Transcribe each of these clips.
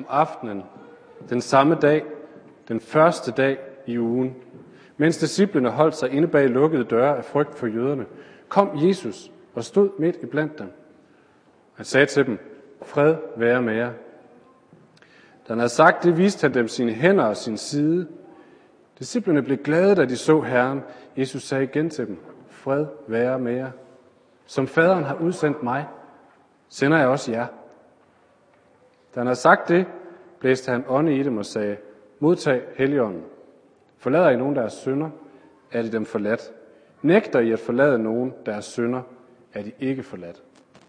om aftenen, den samme dag, den første dag i ugen, mens disciplene holdt sig inde bag lukkede døre af frygt for jøderne, kom Jesus og stod midt iblandt dem. Han sagde til dem, fred være med jer. Da han havde sagt det, viste han dem sine hænder og sin side. Disciplene blev glade, da de så Herren. Jesus sagde igen til dem, fred være med jer. Som faderen har udsendt mig, sender jeg også jer. Da han havde sagt det, blæste han ånde i dem og sagde, modtag Helligånden. Forlader I nogen deres synder, er de dem forladt. Nægter I at forlade nogen deres synder, er de ikke forladt.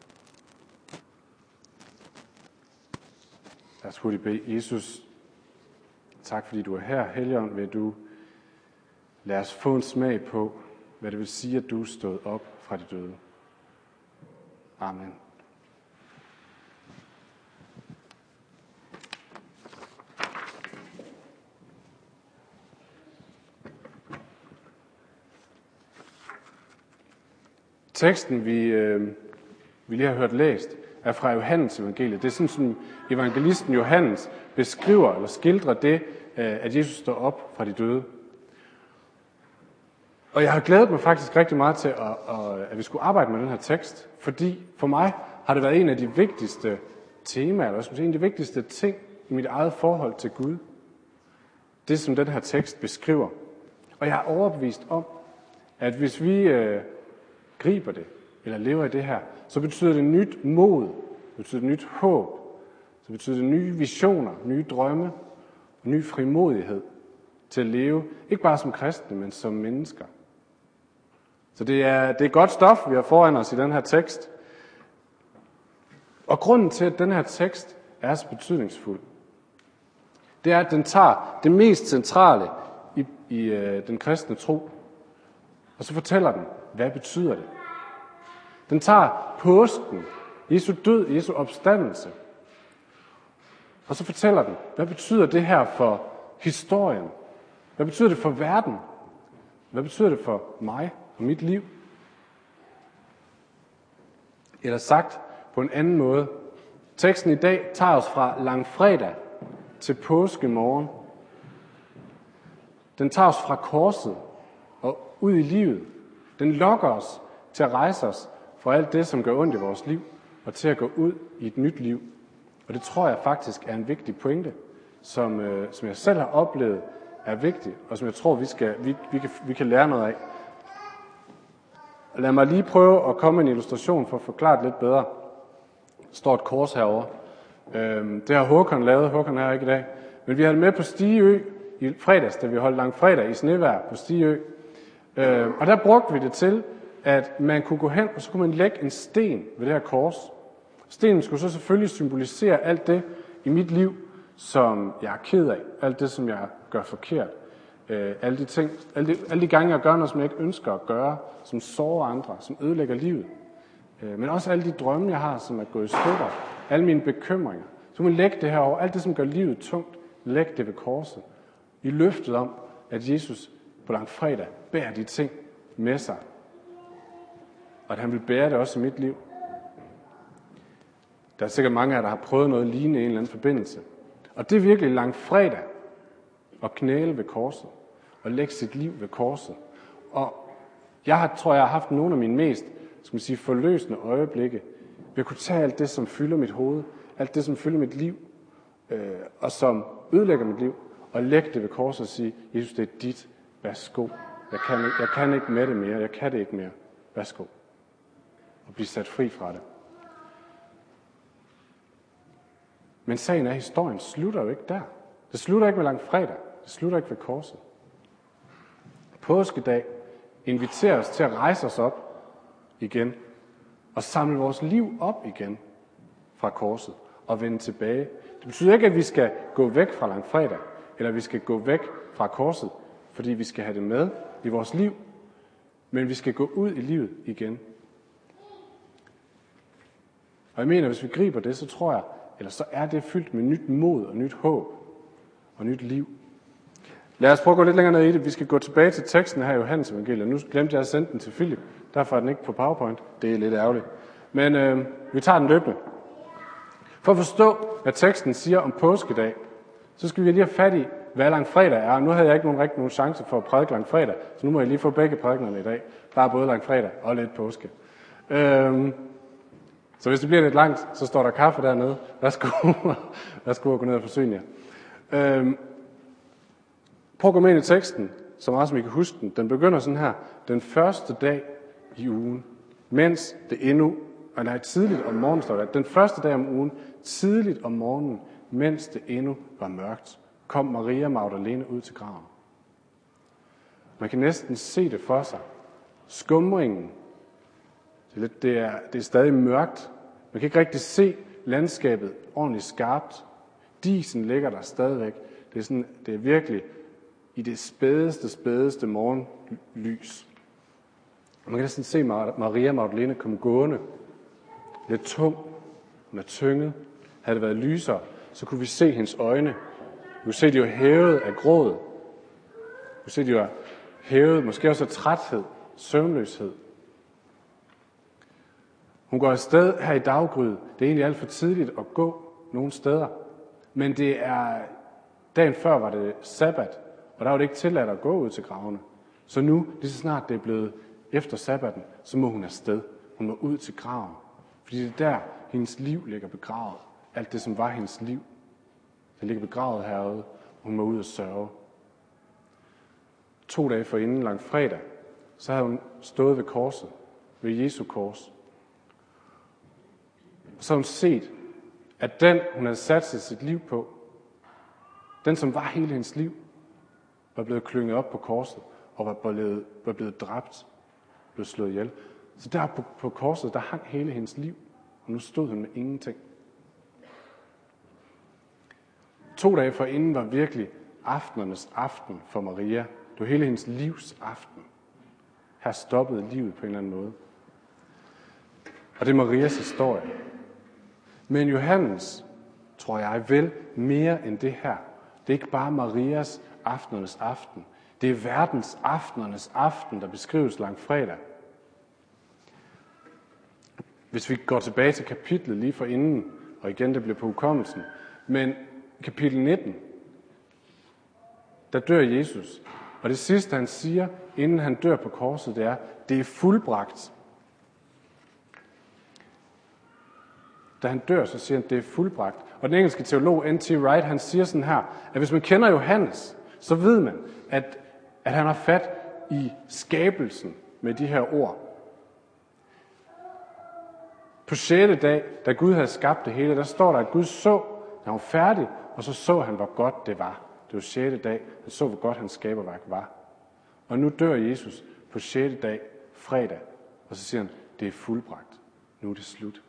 Lad os hurtigt bede. Jesus, tak fordi du er her. Helligånd, vil du lade os få en smag på, hvad det vil sige, at du er stået op fra de døde. Amen. Teksten, vi lige har hørt læst, er fra Johannes evangeliet. Det er sådan, som evangelisten Johannes beskriver eller skildrer det, at Jesus står op fra de døde. Og jeg har glædet mig faktisk rigtig meget til, at vi skulle arbejde med den her tekst, fordi for mig har det været en af de vigtigste temaer, eller en af de vigtigste ting i mit eget forhold til Gud. Det, som den her tekst beskriver. Og jeg er overbevist om, at hvis vi griber det, eller lever i det her, så betyder det nyt mod, det betyder det nyt håb, så betyder det nye visioner, nye drømme, og ny frimodighed til at leve, ikke bare som kristne, men som mennesker. Så det er godt stof, vi har foran os i den her tekst. Og grunden til, at den her tekst er så betydningsfuld, det er, at den tager det mest centrale i den kristne tro, og så fortæller den, hvad betyder det. Den tager påsken, Jesu død, Jesu opstandelse, og så fortæller den, hvad betyder det her for historien? Hvad betyder det for verden? Hvad betyder det for mig og mit liv? Eller sagt på en anden måde, teksten i dag tager os fra langfredag til påskemorgen. Den tager os fra korset og ud i livet. Den lokker os til at rejse os fra alt det, som gør ondt i vores liv, og til at gå ud i et nyt liv. Og det tror jeg faktisk er en vigtig pointe, som jeg selv har oplevet er vigtig, og som jeg tror, vi kan lære noget af. Lad mig lige prøve at komme med en illustration for at forklare det lidt bedre. Der står et kors herovre. Det har Håkon lavet. Håkon er ikke i dag. Men vi havde det med på Stigeø i fredags, da vi holdt langfredag i snevejr på Stigeø. Og der brugte vi det til, at man kunne gå hen, og så kunne man lægge en sten ved det her kors. Stenen skulle så selvfølgelig symbolisere alt det i mit liv, som jeg er ked af. Alt det, som jeg gør forkert. Alle de gange, jeg gør noget, som jeg ikke ønsker at gøre, som sårer andre, som ødelægger livet. Men også alle de drømme, jeg har, som er gået i stykker. Alle mine bekymringer. Så man lægge det her over. Alt det, som gør livet tungt, læg det ved korset. I løftet om, at Jesus på langfredag bærer de ting med sig. Og at han vil bære det også i mit liv. Der er sikkert mange af jer, der har prøvet noget lignende i en eller anden forbindelse. Og det er virkelig langfredag at knæle ved korset. Og lægge sit liv ved korset. Og jeg har haft nogle af mine mest forløsende øjeblikke. Jeg kunne tage alt det, som fylder mit hoved. Alt det, som fylder mit liv. Og som ødelægger mit liv. Og lægge det ved korset og sige, Jesus, det er dit. Værsgo. Jeg kan ikke med det mere. Jeg kan det ikke mere. Værsgo. Og blive sat fri fra det. Men sagen er, at historien slutter jo ikke der. Det slutter ikke med langfredag. Det slutter ikke ved korset. Påskedag inviterer os til at rejse os op igen. Og samle vores liv op igen fra korset. Og vende tilbage. Det betyder ikke, at vi skal gå væk fra langfredag. Eller vi skal gå væk fra korset. Fordi vi skal have det med i vores liv. Men vi skal gå ud i livet igen. Og jeg mener, hvis vi griber det, så tror jeg, eller så er det fyldt med nyt mod og nyt håb og nyt liv. Lad os prøve at gå lidt længere ned i det. Vi skal gå tilbage til teksten her i Johannes evangeliet. Nu glemte jeg at sende den til Philip. Derfor er den ikke på PowerPoint. Det er lidt ærgerligt. Men vi tager den løbende. For at forstå, hvad teksten siger om påskedag, så skal vi lige have fat i, hvad langfredag er. Nu havde jeg ikke nogen chance for at prædike langfredag, så nu må jeg lige få begge prædiknerne i dag. Bare både langfredag og lidt påske. Så hvis det bliver lidt langt, så står der kaffe dernede. Værsgo at gå ned og forsyne jer. Prøv at gå med ind i teksten, så meget som I kan huske den. Den begynder sådan her. Den første dag i ugen, mens det endnu, tidligt om morgenen står der. Den første dag om ugen, tidligt om morgenen, mens det endnu var mørkt, kom Maria Magdalene ud til graven. Man kan næsten se det for sig. Skumringen. Det er stadig mørkt. Man kan ikke rigtig se landskabet ordentligt skarpt. Disen ligger der stadigvæk. Det er virkelig i det spædeste morgenlys. Man kan næsten se Maria Magdalene komme gående. Lidt tung. Hun er tynget. Havde det været lysere, så kunne vi se hendes øjne. Vi kunne se, at de var hævet af gråd. Vi kunne se, at de var hævet, måske også af træthed, søvnløshed. Hun går afsted her i daggry. Det er egentlig alt for tidligt at gå nogle steder. Men det er dagen før var det sabbat, og der var det ikke tilladt at gå ud til gravene. Så nu, lige så snart det er blevet efter sabbaten, så må hun afsted. Hun må ud til graven. Fordi det er der, hendes liv ligger begravet. Alt det, som var hendes liv, det ligger begravet herude. Hun må ud og sørge. 2 dage forinden, langfredag, så havde hun stået ved korset, ved Jesu kors. Og så havde hun set, at den, hun havde sat sit liv på, den, som var hele hendes liv, var blevet klynget op på korset og var blevet dræbt, blev slået ihjel. Så der på korset, der hang hele hendes liv, og nu stod hun med ingenting. 2 dage forinden var virkelig aftenernes aften for Maria. Det var hele hendes livs aften. Her stoppede livet på en eller anden måde. Og det er Marias historie. Men Johannes, tror jeg, vil mere end det her. Det er ikke bare Marias aftenernes aften. Det er verdens aftenernes aften, der beskrives langfredag. Hvis vi går tilbage til kapitlet lige forinden, og igen det bliver på hukommelsen, men kapitel 19, der dør Jesus. Og det sidste, han siger, inden han dør på korset, det er fuldbragt. Da han dør, så siger han, det er fuldbragt. Og den engelske teolog N.T. Wright, han siger sådan her, at hvis man kender Johannes, så ved man, at han har fat i skabelsen med de her ord. På 6. dag, da Gud havde skabt det hele, der står der, at Gud så, da han var færdig, og så han, hvor godt det var. Det var 6. dag, han så, hvor godt hans skaberværk var. Og nu dør Jesus på 6. dag, fredag, og så siger han, det er fuldbragt. Nu er det slut.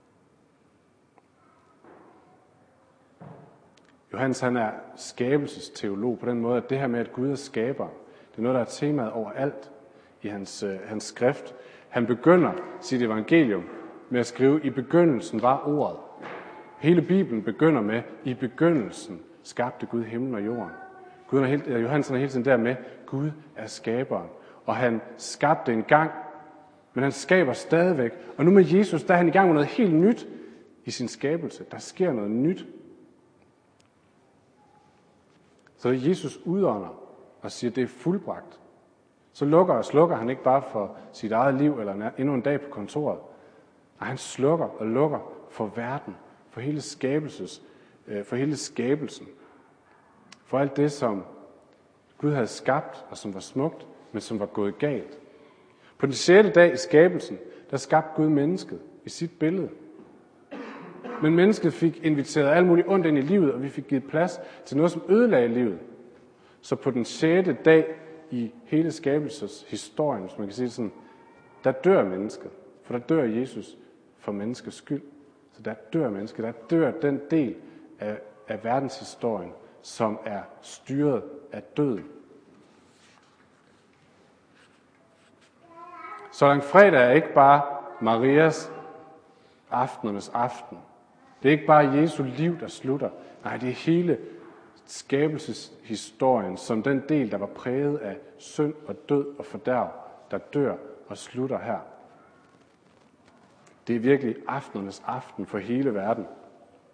Johannes, han er skabelsesteolog på den måde, at det her med, at Gud er skaber, det er noget, der er temaet overalt i hans skrift. Han begynder sit evangelium med at skrive, i begyndelsen var ordet. Hele Bibelen begynder med, i begyndelsen skabte Gud himlen og jorden. Johannes er hele tiden der med, Gud er skaberen. Og han skabte en gang, men han skaber stadigvæk. Og nu med Jesus, der er han i gang med noget helt nyt i sin skabelse. Der sker noget nyt. Så da Jesus udånder og siger, at det er fuldbragt, så lukker og slukker han ikke bare for sit eget liv eller endnu en dag på kontoret. Nej, han slukker og lukker for verden, for hele skabelsen. For alt det, som Gud havde skabt og som var smukt, men som var gået galt. På den 6. dag i skabelsen, der skabte Gud mennesket i sit billede. Men mennesket fik inviteret alt muligt ondt ind i livet, og vi fik givet plads til noget, som ødelagde livet. Så på den 6. dag i hele skabelseshistorien, hvis man kan sige det sådan, der dør mennesket. For der dør Jesus for menneskets skyld. Så der dør mennesket. Der dør den del af verdenshistorien, som er styret af døden. Så langfredag er ikke bare Marias aftenernes aften. Det er ikke bare Jesu liv, der slutter. Nej, det er hele skabelseshistorien, som den del, der var præget af synd og død og fordærv, der dør og slutter her. Det er virkelig aftenernes aften for hele verden.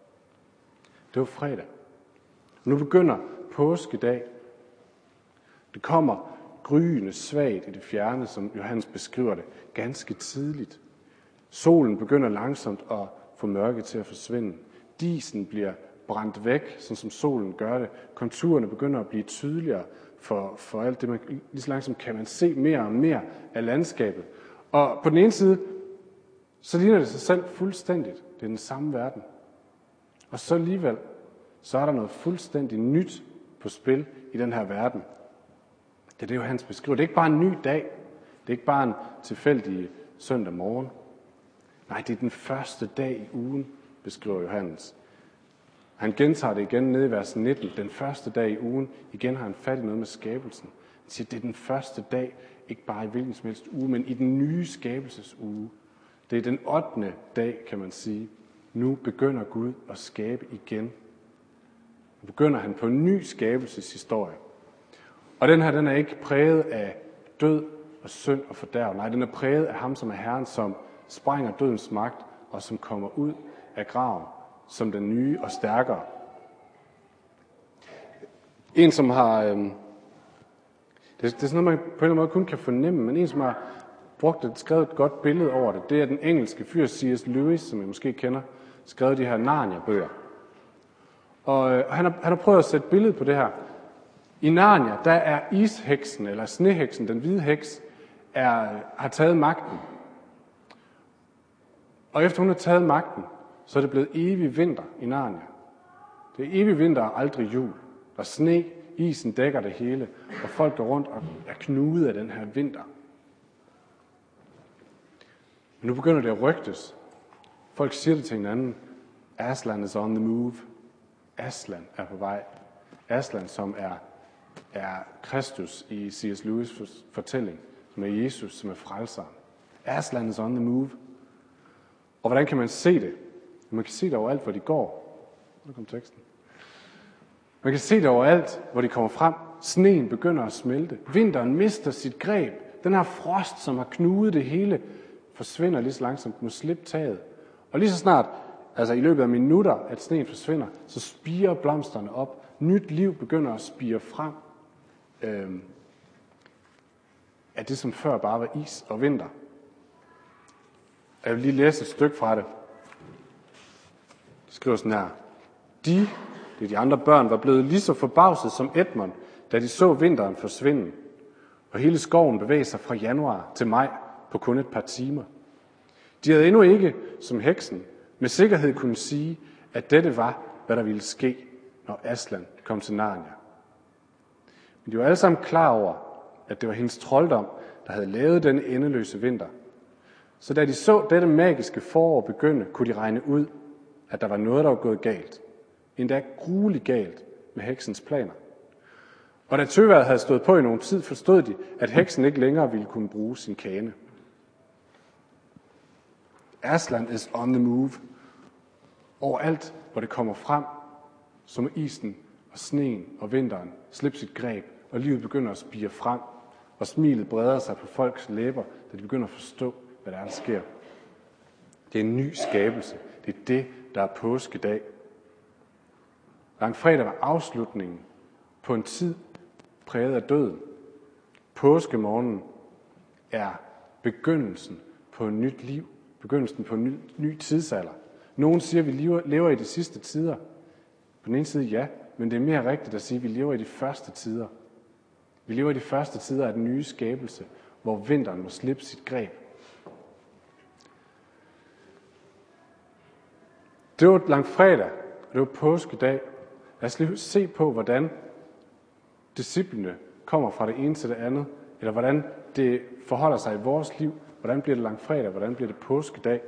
Det var fredag. Nu begynder påskedag. Det kommer gryende svagt i det fjerne, som Johannes beskriver det, ganske tidligt. Solen begynder langsomt at få mørket til at forsvinde. Disen bliver brændt væk, sådan som solen gør det. Konturerne begynder at blive tydeligere for alt det, lige så langsomt kan man se mere og mere af landskabet. Og på den ene side, så ligner det sig selv fuldstændigt. Det er den samme verden. Og så alligevel, så er der noget fuldstændig nyt på spil i den her verden. Det er det, Johannes beskriver. Det er ikke bare en ny dag. Det er ikke bare en tilfældig søndag morgen. Nej, det er den første dag i ugen, beskriver Johannes. Han gentager det igen nede i vers 19. Den første dag i ugen. Igen har han fat i noget med skabelsen. Han siger, det er den første dag, ikke bare i hvilken som helst uge, men i den nye skabelsesuge. Det er den 8. dag, kan man sige. Nu begynder Gud at skabe igen. Nu begynder han på en ny skabelseshistorie. Og den her, den er ikke præget af død og synd og fordærv. Nej, den er præget af ham, som er Herren, som sprænger dødens magt, og som kommer ud af graven som den nye og stærkere. En, som har... Det er sådan noget, man på en eller anden måde kun kan fornemme, men en, som har skrevet et godt billede over det, det er den engelske fyr C.S. Lewis, som jeg måske kender, skrevet de her Narnia-bøger. Og han har prøvet at sætte billede på det her. I Narnia, der er isheksen, eller sneheksen, den hvide heks, har taget magten. Og efter hun har taget magten, så er det blevet evig vinter i Narnia. Det er evig vinter og aldrig jul. Der er sne, isen dækker det hele, og folk går rundt og er knudet af den her vinter. Men nu begynder det at rygtes. Folk siger det til hinanden. Aslan is on the move. Aslan er på vej. Aslan, som er Kristus i C.S. Lewis' fortælling, som er Jesus, som er frelseren. Aslan is on the move. Og hvordan kan man se det? Man kan se det overalt, hvor de går. Nu kom teksten. Man kan se det overalt, hvor de kommer frem. Sneen begynder at smelte. Vinteren mister sit greb. Den her frost, som har knudet det hele, forsvinder lige så langsomt, må slippe taget. Og lige så snart, altså i løbet af minutter, at sneen forsvinder, så spirer blomsterne op. Nyt liv begynder at spire frem af det, som før bare var is og vinter. Jeg vil lige læse et stykke fra det. Det skriver sådan her. Det er de andre børn, var blevet lige så forbavset som Edmund, da de så vinteren forsvinde, og hele skoven bevægede sig fra januar til maj på kun et par timer. De havde endnu ikke, som heksen, med sikkerhed kunne sige, at dette var, hvad der ville ske, når Aslan kom til Narnia. Men de var alle sammen klar over, at det var hendes trolddom, der havde lavet denne endeløse vinter. Så da de så dette magiske forår begynde, kunne de regne ud, at der var noget, der var gået galt. Endda grueligt galt med heksens planer. Og da tøvejret havde stået på i nogen tid, forstod de, at heksen ikke længere ville kunne bruge sin kane. Aslan is on the move. Overalt, hvor det kommer frem, så må isen og sneen og vinteren slippe sit greb, og livet begynder at spire frem, og smilet breder sig på folks læber, da de begynder at forstå, hvad der sker. Det er en ny skabelse. Det er det, der er påskedag. Langfredag var afslutningen på en tid præget af døden. Påskemorgen er begyndelsen på et nyt liv. Begyndelsen på en ny tidsalder. Nogen siger, at vi lever i de sidste tider. På den ene side ja, men det er mere rigtigt at sige, at vi lever i de første tider. Vi lever i de første tider af den nye skabelse, hvor vinteren må slippe sit greb. Det var langfredag, og det var påskedag. Lad os lige se på, hvordan disciplene kommer fra det ene til det andet, eller hvordan det forholder sig i vores liv. Hvordan bliver det langfredag? Hvordan bliver det påskedag?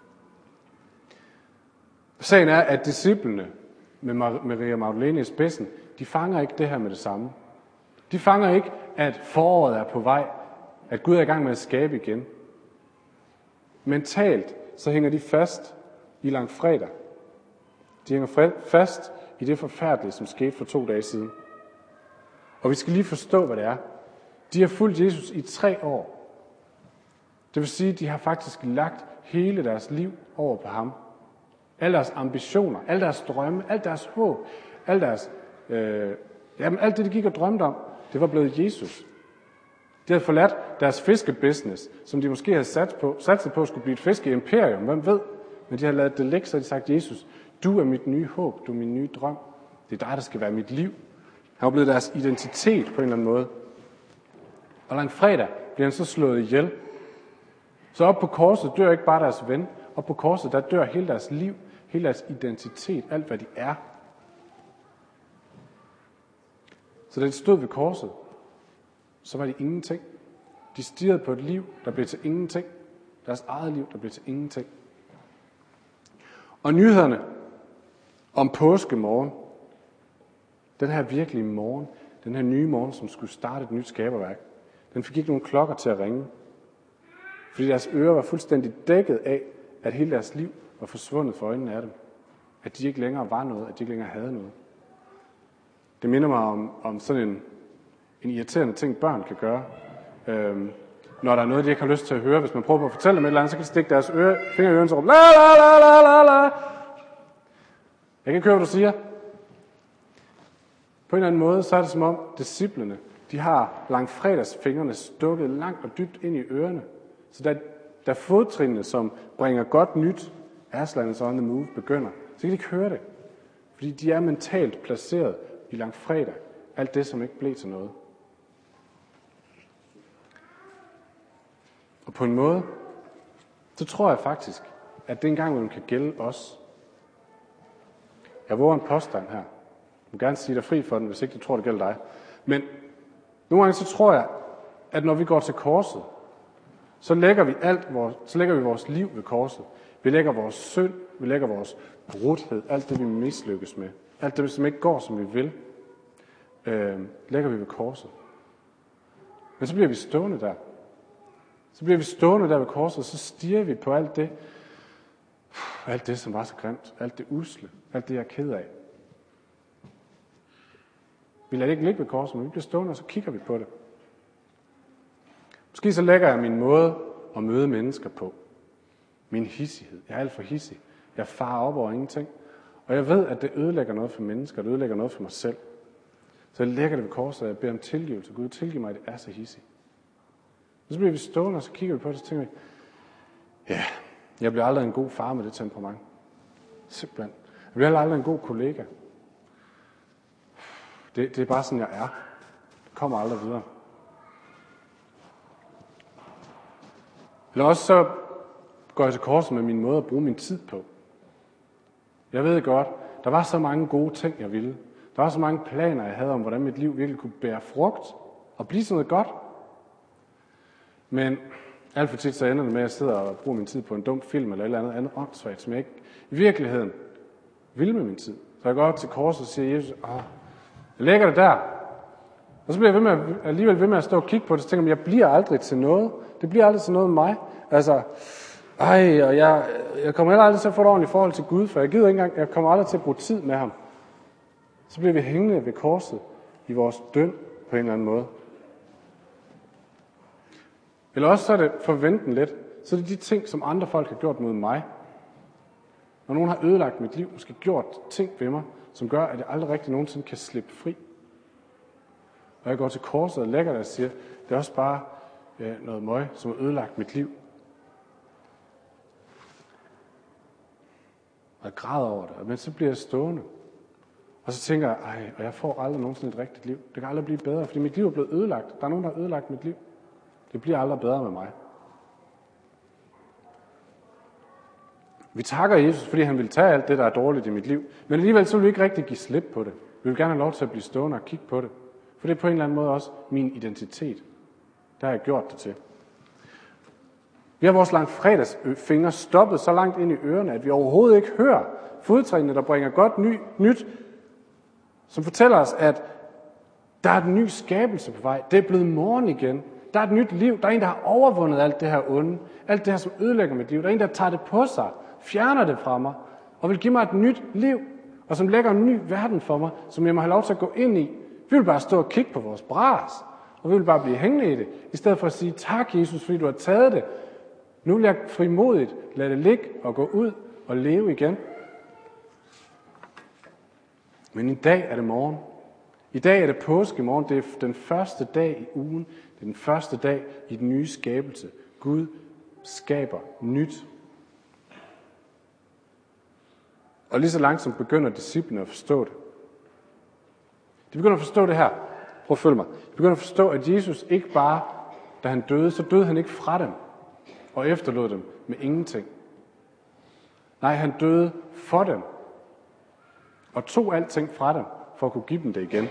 Sagen er, at disciplene med Maria Magdalene i spidsen, de fanger ikke det her med det samme. De fanger ikke, at foråret er på vej, at Gud er i gang med at skabe igen. Mentalt, så hænger de fast i langfredag. De hænger fast i det forfærdelige, som skete for 2 dage siden. Og vi skal lige forstå, hvad det er. De har fulgt Jesus i 3 år. Det vil sige, at de har faktisk lagt hele deres liv over på ham. alle deres ambitioner, alle deres drømme, alt deres håb, alt deres, alt det, de gik og drømte om, det var blevet Jesus. De havde forladt deres fiskebusiness, som de måske havde satset på skulle blive et fiskeimperium, hvem ved? Men de havde ladet det ligge, så de sagt, Jesus, du er mit nye håb, du er min nye drøm. Det er dig, der skal være mit liv. Han var blevet deres identitet på en eller anden måde. Og langfredag bliver han så slået ihjel. Så op på korset dør ikke bare deres ven. Op på korset, der dør hele deres liv, hele deres identitet, alt hvad de er. Så da de stod ved korset, så var de ingenting. De stirrede på et liv, der blev til ingenting. Deres eget liv, der blev til ingenting. Og nyhederne om påskemorgen, den her virkelige morgen, den her nye morgen, som skulle starte et nyt skaberværk, den fik ikke nogen klokker til at ringe. Fordi deres ører var fuldstændig dækket af, at hele deres liv var forsvundet for øjnene af dem. At de ikke længere var noget, at de ikke længere havde noget. Det minder mig om sådan en irriterende ting, børn kan gøre. Når der er noget, de ikke har lyst til at høre. Hvis man prøver på at fortælle dem et eller andet, så kan de stikke deres finger i ørerne og råbe, la la la la la la. Jeg kan ikke høre, hvad du siger. På en eller anden måde, så er det som om disciplene, de har langfredagsfingrene stukket langt og dybt ind i ørerne. Så da fodtrinene, som bringer godt nyt, Aslan is on the move, begynder, så kan de ikke høre det. Fordi de er mentalt placeret i langfredag. Alt det, som ikke blev til noget. Og på en måde, så tror jeg faktisk, at det engang man kan gælde os. Jeg våger en påstand her. Jeg vil gerne sige dig fri for den, hvis ikke du tror, det gælder dig. Men nogle gange så tror jeg, at når vi går til korset, så lægger vi vores liv ved korset. Vi lægger vores synd, vi lægger vores brudhed, alt det vi mislykkes med, alt det som ikke går som vi vil, lægger vi ved korset. Men så bliver vi stående der. Så bliver vi stående der ved korset, og så stiger vi på alt det, som var så grimt, alt det usle, alt det jeg er ked af. Vi lader det ikke ligge ved korset, men vi bliver stående, og så kigger vi på det. Måske så lægger jeg min måde at møde mennesker på. Min hissighed. Jeg er alt for hissig. Jeg farer op over ingenting. Og jeg ved, at det ødelægger noget for mennesker, det ødelægger noget for mig selv. Så jeg lægger det ved korset, og jeg beder om tilgivelse. Gud, tilgiv mig, at det er så hissig. Og så bliver vi stående, og så kigger vi på det, og så tænker vi, ja, jeg bliver aldrig en god far med det temperament. Simpelthen. Jeg bliver aldrig en god kollega. Det er bare sådan, jeg er. Det kommer aldrig videre. Eller også så går jeg til korset med min måde at bruge min tid på. Jeg ved godt, der var så mange gode ting, jeg ville. Der var så mange planer, jeg havde om, hvordan mit liv virkelig kunne bære frugt og blive sådan noget godt. Men alt for tit så ender det med, at jeg sidder og bruger min tid på en dum film eller et eller andet åndssvagt, som jeg ikke i virkeligheden vil med min tid. Så jeg går op til korset og siger, Jesus, jeg lægger det der. Og så bliver jeg alligevel ved med at stå og kigge på det, så tænker jeg bliver aldrig til noget. Det bliver aldrig til noget med mig. Altså, og jeg kommer heller aldrig til at få et ordentligt forhold til Gud, for jeg gider ikke engang, jeg kommer aldrig til at bruge tid med ham. Så bliver vi hængende ved korset i vores døn på en eller anden måde. Eller også så er det forventen lidt, så er det de ting, som andre folk har gjort mod mig. Når nogen har ødelagt mit liv, måske gjort ting ved mig, som gør, at jeg aldrig rigtig nogensinde kan slippe fri. Og jeg går til korset og lægger det og siger, det er også bare noget møg, som har ødelagt mit liv. Og jeg græder over det, men så bliver jeg stående. Og så tænker jeg, og jeg får aldrig nogensinde et rigtigt liv. Det kan aldrig blive bedre, fordi mit liv er blevet ødelagt. Der er nogen, der har ødelagt mit liv. Det bliver aldrig bedre med mig. Vi takker Jesus, fordi han vil tage alt det, der er dårligt i mit liv. Men alligevel så vil vi ikke rigtig give slip på det. Vi vil gerne have lov til at blive stående og kigge på det. For det er på en eller anden måde også min identitet. Det har jeg gjort det til. Vi har vores langfredagsfingre stoppet så langt ind i ørerne, at vi overhovedet ikke hører fodtrinene, der bringer godt nyt, som fortæller os, at der er en ny skabelse på vej. Det er blevet morgen igen. Der er et nyt liv. Der er en, der har overvundet alt det her onde. Alt det her, som ødelægger mit liv. Der er en, der tager det på sig, fjerner det fra mig, og vil give mig et nyt liv, og som lægger en ny verden for mig, som jeg må have lov til at gå ind i. Vi vil bare stå og kigge på vores bras, og vi vil bare blive hængende i det, i stedet for at sige, tak Jesus, fordi du har taget det. Nu vil jeg frimodigt lade det ligge og gå ud og leve igen. Men i dag er det morgen. I dag er det påskemorgen. Det er den første dag i ugen. Det er den første dag i den nye skabelse. Gud skaber nyt. Og lige så langsomt begynder disciplene at forstå det. De begynder at forstå det her. Prøv at følge mig. De begynder at forstå, at Jesus ikke bare, da han døde, så døde han ikke fra dem og efterlod dem med ingenting. Nej, han døde for dem og tog alting fra dem for at kunne give dem det igen.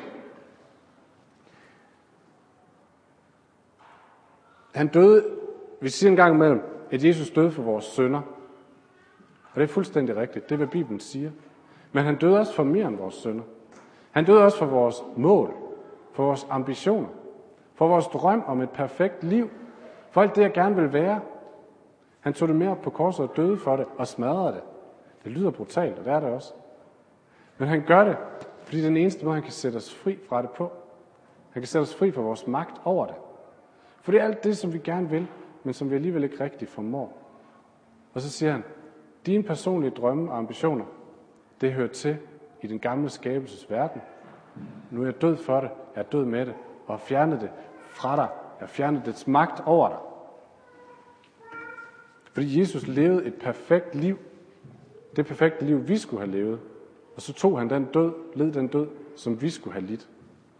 Han døde, vi siger en gang imellem, at Jesus døde for vores synder. Og det er fuldstændig rigtigt. Det er, hvad Bibelen siger. Men han døde også for mere end vores synder. Han døde også for vores mål, for vores ambitioner, for vores drøm om et perfekt liv, for alt det, jeg gerne vil være. Han tog det med op på korset og døde for det og smadrede det. Det lyder brutalt, og det er det også. Men han gør det, fordi det er den eneste måde, han kan sætte os fri fra det på. Han kan sætte os fri fra vores magt over det. For det er alt det, som vi gerne vil, men som vi alligevel ikke rigtig formår. Og så siger han, dine personlige drømme og ambitioner, det hører til i den gamle skabelsesverden. Nu er jeg død for det, jeg er død med det, og har fjernet det fra dig. Jeg har fjernet dets magt over dig. Fordi Jesus levede et perfekt liv. Det perfekte liv, vi skulle have levet. Og så tog han led den død, som vi skulle have lidt.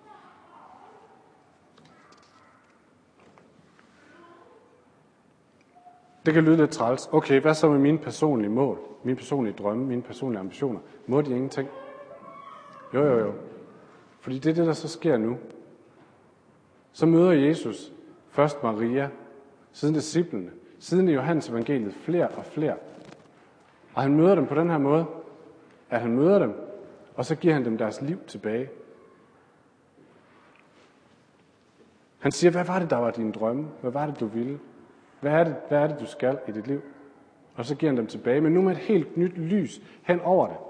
Det kan lyde lidt træls. Okay, hvad så med mine personlige mål? Mine personlige drømme, mine personlige ambitioner? Må de ingenting? Jo. Fordi det er det, der så sker nu. Så møder Jesus først Maria, siden disciplene, siden i Johannes evangeliet flere og flere. Og han møder dem på den her måde, at han møder dem, og så giver han dem deres liv tilbage. Han siger, hvad var det, der var dine drømme? Hvad var det, du ville? Hvad er det, du skal i dit liv? Og så giver han dem tilbage, men nu med et helt nyt lys hen over det.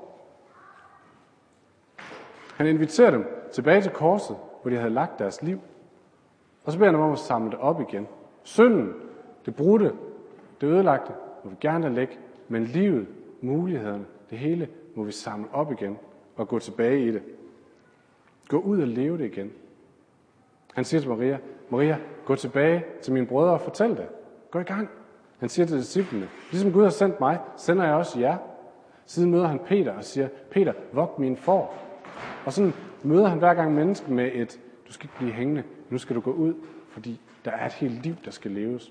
Han inviterer dem tilbage til korset, hvor de havde lagt deres liv. Og så beder han dem om at samle det op igen. Synden, det brudte, det ødelagte, må vi gerne lade lægge, men livet, mulighederne, det hele, må vi samle op igen og gå tilbage i det. Gå ud og leve det igen. Han siger til Maria, Maria, gå tilbage til mine brødre og fortæl det. Gå i gang. Han siger til disciplene, ligesom Gud har sendt mig, sender jeg også jer. Siden møder han Peter og siger, Peter, vogt mine får. Og sådan møder han hver gang mennesket med et, du skal ikke blive hængende, nu skal du gå ud, fordi der er et helt liv, der skal leves.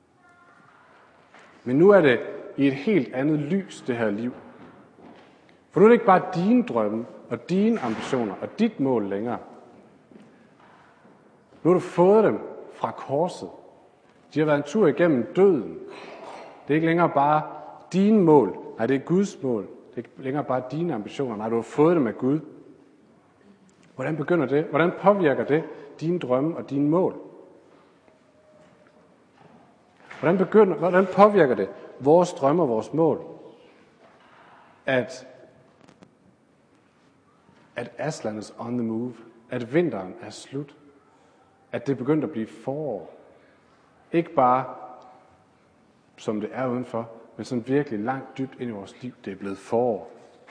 Men nu er det i et helt andet lys, det her liv. For nu er det ikke bare dine drømme og dine ambitioner og dit mål længere. Nu har du fået dem fra korset. De har været en tur igennem døden. Det er ikke længere bare dine mål. Nej, det er Guds mål. Det er ikke længere bare dine ambitioner. Nej, du har fået dem af Gud. Hvordan begynder det? Hvordan påvirker det dine drømme og dine mål? Hvordan påvirker det vores drømme og vores mål? At Aslan is on the move. At vinteren er slut. At det er begyndt at blive forår. Ikke bare som det er udenfor, men sådan virkelig langt dybt ind i vores liv. Det er blevet forår.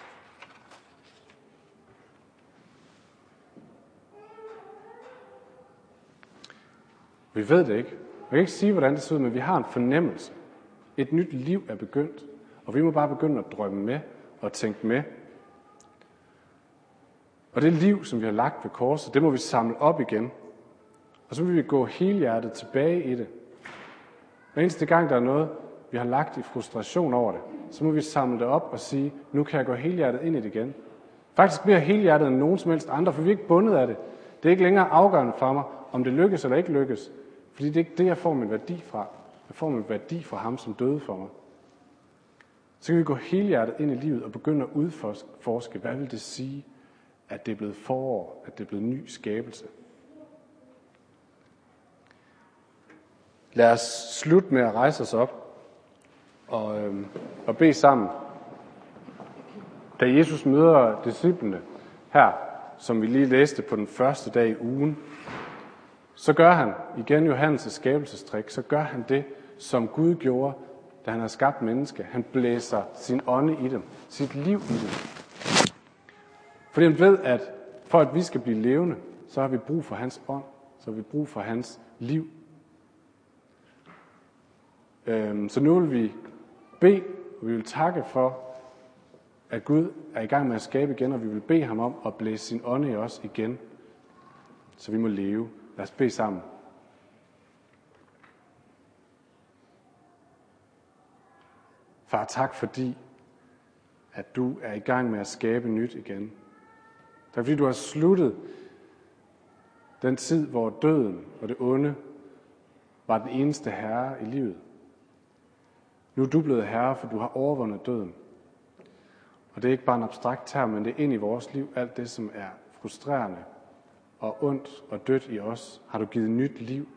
Vi ved det ikke. Man kan ikke sige, hvordan det ser ud, men vi har en fornemmelse. Et nyt liv er begyndt, og vi må bare begynde at drømme med og tænke med. Og det liv, som vi har lagt ved korset, det må vi samle op igen. Og så vil vi gå helhjertet tilbage i det. Hver eneste gang, der er noget, vi har lagt i frustration over det, så må vi samle det op og sige, nu kan jeg gå helhjertet ind i det igen. Faktisk mere helhjertet end nogen som helst andre, for vi er ikke bundet af det. Det er ikke længere afgørende for mig, om det lykkes eller ikke lykkes. Fordi det er ikke det, jeg får min værdi fra. Jeg får min værdi fra ham, som døde for mig. Så kan vi gå helhjertet ind i livet og begynde at udforske, hvad vil det sige, at det er blevet forår, at det er blevet ny skabelse. Lad os slutte med at rejse os op og bede sammen. Da Jesus møder disciplene her, som vi lige læste på den første dag i ugen, så gør han, igen Johannes' skabelsestrik, så gør han det, som Gud gjorde, da han har skabt menneske. Han blæser sin ånde i dem, sit liv i dem. Fordi han ved, at for at vi skal blive levende, så har vi brug for hans ånd. Så har vi brug for hans liv. Så nu vil vi bede, og vi vil takke for, at Gud er i gang med at skabe igen, og vi vil bede ham om at blæse sin ånde i os igen, så vi må leve. Lad os bede sammen. Far, tak fordi, at du er i gang med at skabe nyt igen. Tak fordi du har sluttet den tid, hvor døden og det onde var den eneste herre i livet. Nu er du blevet herre, for du har overvundet døden. Og det er ikke bare en abstrakt term, men det er ind i vores liv. Alt det, som er frustrerende og ondt og dødt i os, har du givet nyt liv.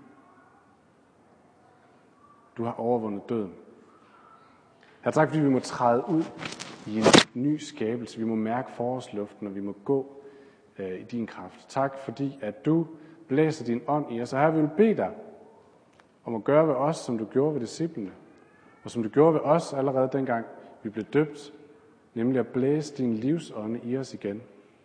Du har overvundet døden. Her tak, fordi vi må træde ud i en ny skabelse. Vi må mærke forårsluften, og vi må gå i din kraft. Tak, fordi at du blæser din ånd i os. Og her vil vi bede dig om at gøre ved os, som du gjorde ved disciplene. Og som du gjorde ved os allerede dengang vi blev døbt. Nemlig at blæse din livsånde i os igen.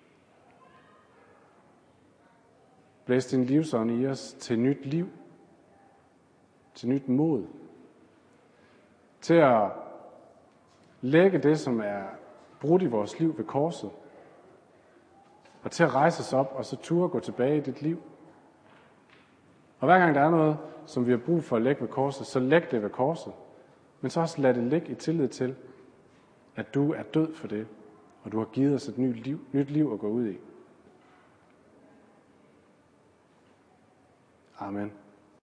Blæs din livsånde i os til nyt liv. Til nyt mod. Til at lægge det, som er brudt i vores liv ved korset. Og til at rejse os op og så turde gå tilbage i dit liv. Og hver gang der er noget, som vi har brug for at lægge ved korset, så læg det ved korset. Men så også lad det ligge i tillid til, at du er død for det, og du har givet os et nyt liv at gå ud i. Amen.